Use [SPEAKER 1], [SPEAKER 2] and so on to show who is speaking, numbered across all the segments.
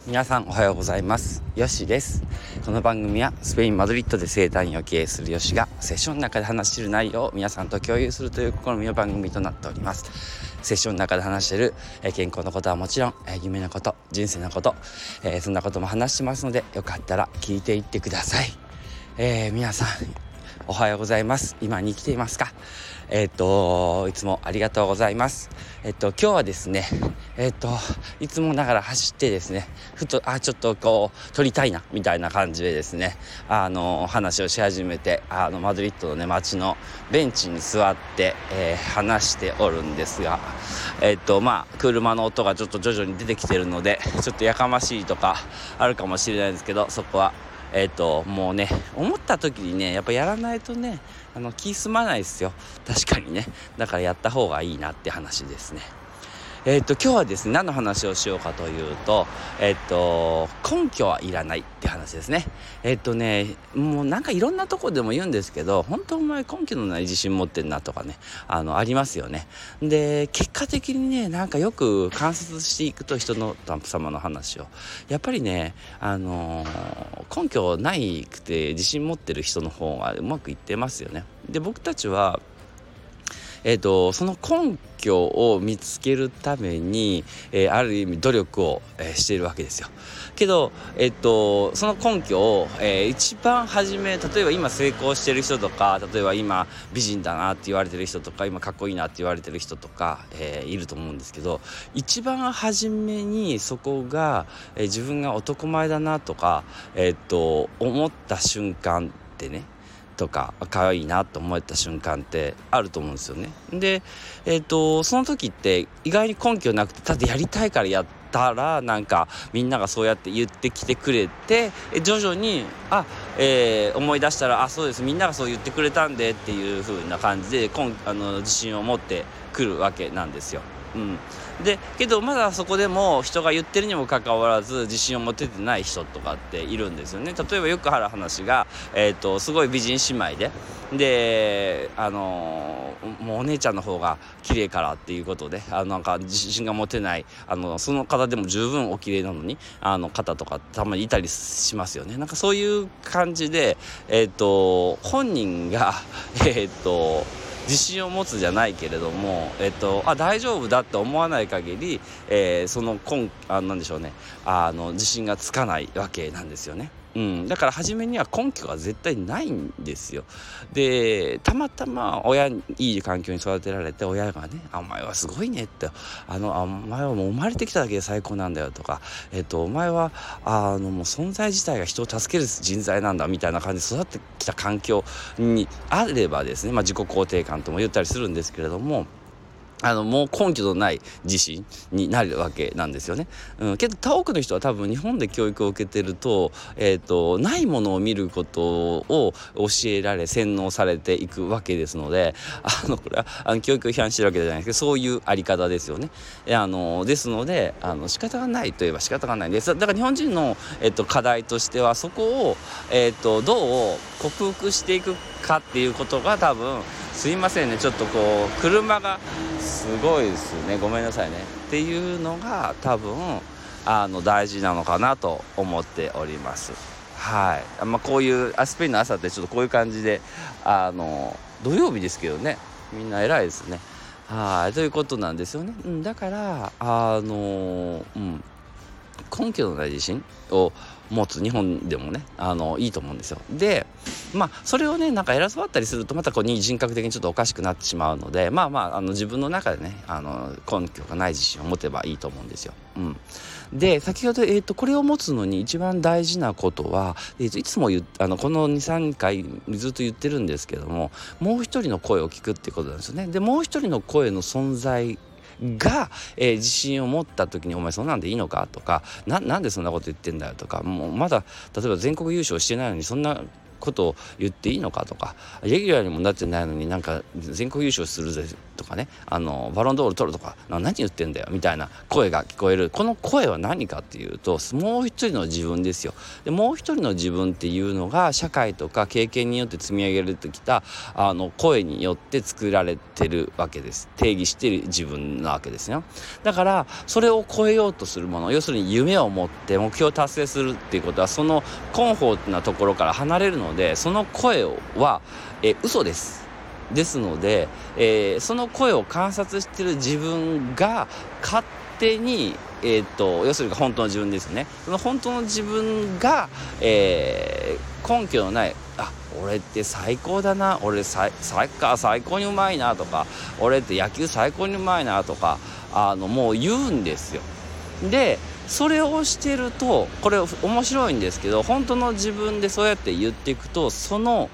[SPEAKER 1] 皆さんおはようございます。ヨシです。この番組はスペインマドリッドで生態院を経営するヨシがセッションの中で話している内容を皆さんと共有するという試みの番組となっております。セッションの中で話している健康のことはもちろん夢のこと、人生のこと、そんなことも話してますので、よかったら聞いていってください。皆さんおはようございます。今に生きていますか？いつもありがとうございます。今日はですね、いつもながら走ってですね、ふとちょっとこう撮りたいなみたいな感じでですね、話をし始めて、マドリッドのね街のベンチに座って、話しておるんですが、車の音がちょっと徐々に出てきてるので、ちょっとやかましいとかあるかもしれないですけど、そこはもうね、思った時にねやっぱやらないとね気済まないですよ。確かにね。だからやった方がいいなって話ですね。今日はですね、何の話をしようかというと、根拠はいらないって話ですね。もうなんかいろんなとこでも言うんですけど、本当お前根拠のない自信持ってんなとかね、ありますよね。で、結果的にね、なんかよく観察していくと、人の様の話をやっぱりね、根拠ないくて自信持ってる人の方がうまくいってますよね。で、僕たちはその根拠を見つけるために、ある意味努力を、しているわけですよ。けど、その根拠を、一番初め、例えば今成功してる人とか、例えば今美人だなって言われてる人とか、今かっこいいなって言われてる人とか、いると思うんですけど、一番初めにそこが、自分が男前だなとか、思った瞬間ってね、とか可愛いなと思えた瞬間ってあると思うんですよね。で、その時って意外に根拠なくて、ただやりたいからやったら、なんかみんながそうやって言ってきてくれて、徐々に思い出したら、そうです、みんながそう言ってくれたんでっていう風な感じで自信を持ってくるわけなんですよ。でけどまだそこでも人が言ってるにもかかわらず自信を持ててない人とかっているんですよね。例えばよくある話が、すごい美人姉妹で、もうお姉ちゃんの方が綺麗からっていうことでなんか自信が持てないその方でも十分お綺麗なのに方とかたまにいたりしますよね。なんかそういう感じで、本人が自信を持つじゃないけれども、大丈夫だって思わない限り、なんでしょうね、自信がつかないわけなんですよね。だから初めには根拠が絶対ないんですよ。で、たまたま親にいい環境に育てられて、親がね、お前はすごいねって、お前はもう生まれてきただけで最高なんだよとか、お前はもう存在自体が人を助ける人材なんだみたいな感じで育ってきた環境にあればですね、自己肯定感とも言ったりするんですけれども、もう根拠のない自信になるわけなんですよね。けど多くの人は多分日本で教育を受けてると、ないものを見ることを教えられ洗脳されていくわけですので、これは教育を批判してるわけじゃないですけど、そういうあり方ですよね。ですので仕方がないといえば仕方がないです。だから日本人の、課題としてはそこを、どう克服していくかっていうことが多分、すいませんね、ちょっとこう車がすごいですね、ごめんなさいねっていうのが多分大事なのかなと思っております。はい。こういうスペインの朝ってちょっとこういう感じで土曜日ですけどね、みんな偉いですね。はい、ということなんですよね。だから根拠のない自信を持つ日本でもねいいと思うんですよ。でそれをねなんか偉そうだったりするとまた人格的にちょっとおかしくなってしまうので、自分の中でね根拠がない自信を持てばいいと思うんですよ。で先ほど、これを持つのに一番大事なことは、いつもこの 2,3 回ずっと言ってるんですけども、もう一人の声を聞くってことなんですよね。でもう一人の声の存在が、自信を持った時にお前そんなんでいいのかとか、なんでそんなこと言ってんだよとか、もうまだ例えば全国優勝してないのにそんなことを言っていいのかとか、レギュラーにもなってないのになんか全国優勝するぜとかね、バロンドール取るとか何言ってんだよみたいな声が聞こえる。この声は何かっていうと、もう一人の自分ですよ。でもう一人の自分っていうのが社会とか経験によって積み上げられてきた声によって作られてるわけです。定義してる自分なわけですよ。だからそれを超えようとするもの、要するに夢を持って目標を達成するっていうことは、そのコンフォートなところから離れるので、その声は、嘘です。ですので、その声を観察している自分が勝手に、要するに本当の自分ですよね。その本当の自分が、根拠のない、俺って最高だな、俺サッカー最高にうまいなとか、俺って野球最高にうまいなとかもう言うんですよ。でそれをしてると、これ面白いんですけど、本当の自分でそうやって言っていくと、その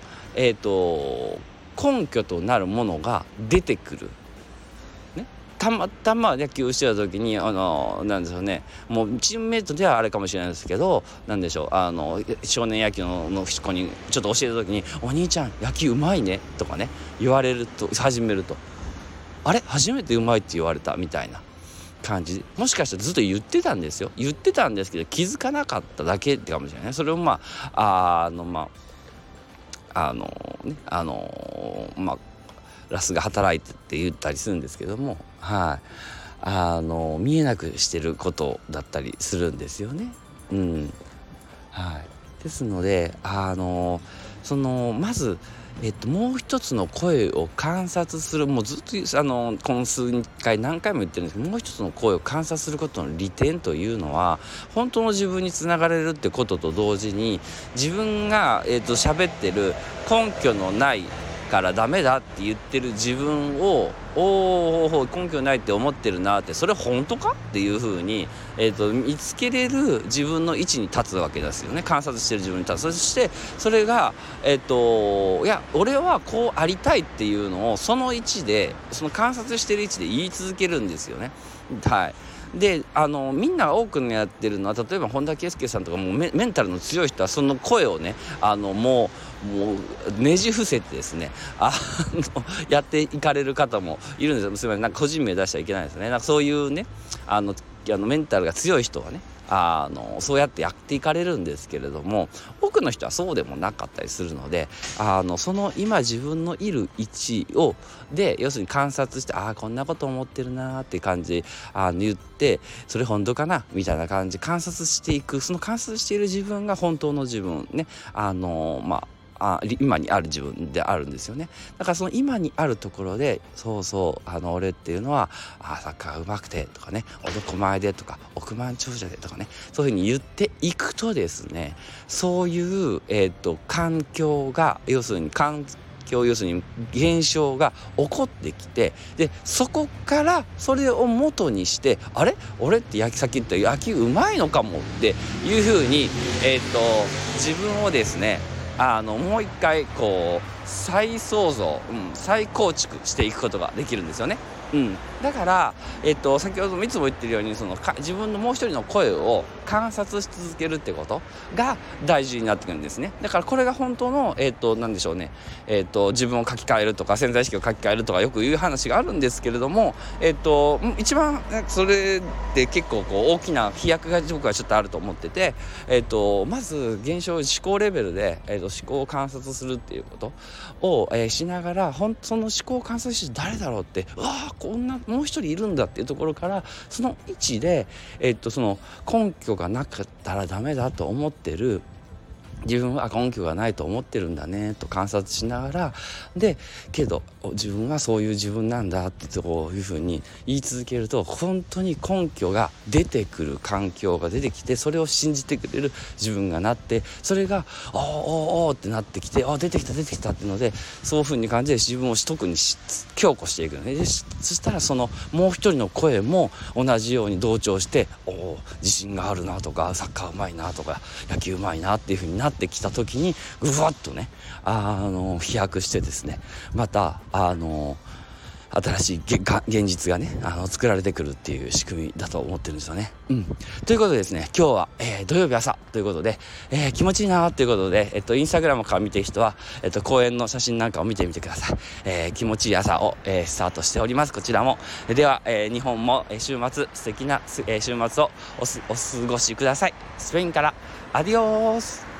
[SPEAKER 1] 根拠となるものが出てくる、ね、たまたま野球してた時になんでしょうね、もうチームメイトではあれかもしれないですけど、なんでしょう、少年野球の子にちょっと教えた時に、お兄ちゃん野球うまいねとかね言われると、始めると、あれ初めてうまいって言われたみたいな感じ、もしかしたらずっと言ってたんですけど気づかなかっただけかもしれない。それをラスが働いてって言ったりするんですけども、見えなくしてることだったりするんですよね。ですのでまずもう一つの声を観察する、もうずっとこの数回何回も言ってるんですけど、もう一つの声を観察することの利点というのは、本当の自分につながれるってことと同時に、自分が喋ってる根拠のないからダメだって言ってる自分を根拠ないって思ってるなって、それ本当かっていう風に、見つけれる自分の位置に立つわけですよね。観察してる自分に立つ。そしてそれがいや俺はこうありたいっていうのを、その位置で、その観察してる位置で言い続けるんですよね。でみんな多くのやってるのは、例えば本田圭佑さんとかもうメンタルの強い人は、その声をねもうねじ伏せてですねやっていかれる方もいるんですよ。すみません、なんか個人名出しちゃいけないですね。なんかそういうねメンタルが強い人はねそうやってやっていかれるんですけれども、多くの人はそうでもなかったりするので、その今自分のいる位置で要するに観察して、こんなこと思ってるなって感じ言って、それ本当かなみたいな感じ観察していく。その観察している自分が本当の自分ね、今にある自分であるんですよね。だからその今にあるところで、俺っていうのはサッカーうまくてとかね、男前でとか億万長者でとかね、そういうふうに言っていくとですね、そういう環境が要するに現象が起こってきて、でそこからそれを元にして、俺ってさっき言った野球うまいのかもっていうふうに自分をですねもう一回再創造、再構築していくことができるんですよね。だから、先ほどいつも言ってるように、自分のもう一人の声を観察し続けるってことが大事になってくるんですね。だからこれが本当のなんでしょうね、自分を書き換えるとか潜在意識を書き換えるとかよく言う話があるんですけれども、一番それって結構大きな飛躍が僕はちょっとあると思ってて、まず思考レベルで、思考を観察するっていうことを、しながらその思考を観察して誰だろうって、こんなもう一人いるんだっていうところから、その位置で、その根拠がなかったらダメだと思ってる自分は根拠がないと思ってるんだねと観察しながら、でけど自分はそういう自分なんだってこういうふうに言い続けると、本当に根拠が出てくる環境が出てきて、それを信じてくれる自分がなって、それがおーってなってきて、出てきたっていうので、そういうふうに感じで自分を特に強固していくのね。でそしたらそのもう一人の声も同じように同調して、自信があるなとか、サッカーうまいなとか、野球うまいなっていうふうになってきた時に、ぐわっとね飛躍してですね、また新しい現実がね作られてくるっていう仕組みだと思ってるんですよね。ということでですね、今日は、土曜日朝ということで、気持ちいいなということで、インスタグラムから見てる人は、公園の写真なんかを見てみてください。気持ちいい朝を、スタートしております。こちらもでは、日本も、週末素敵な、週末をお過ごしください。スペインからアディオース。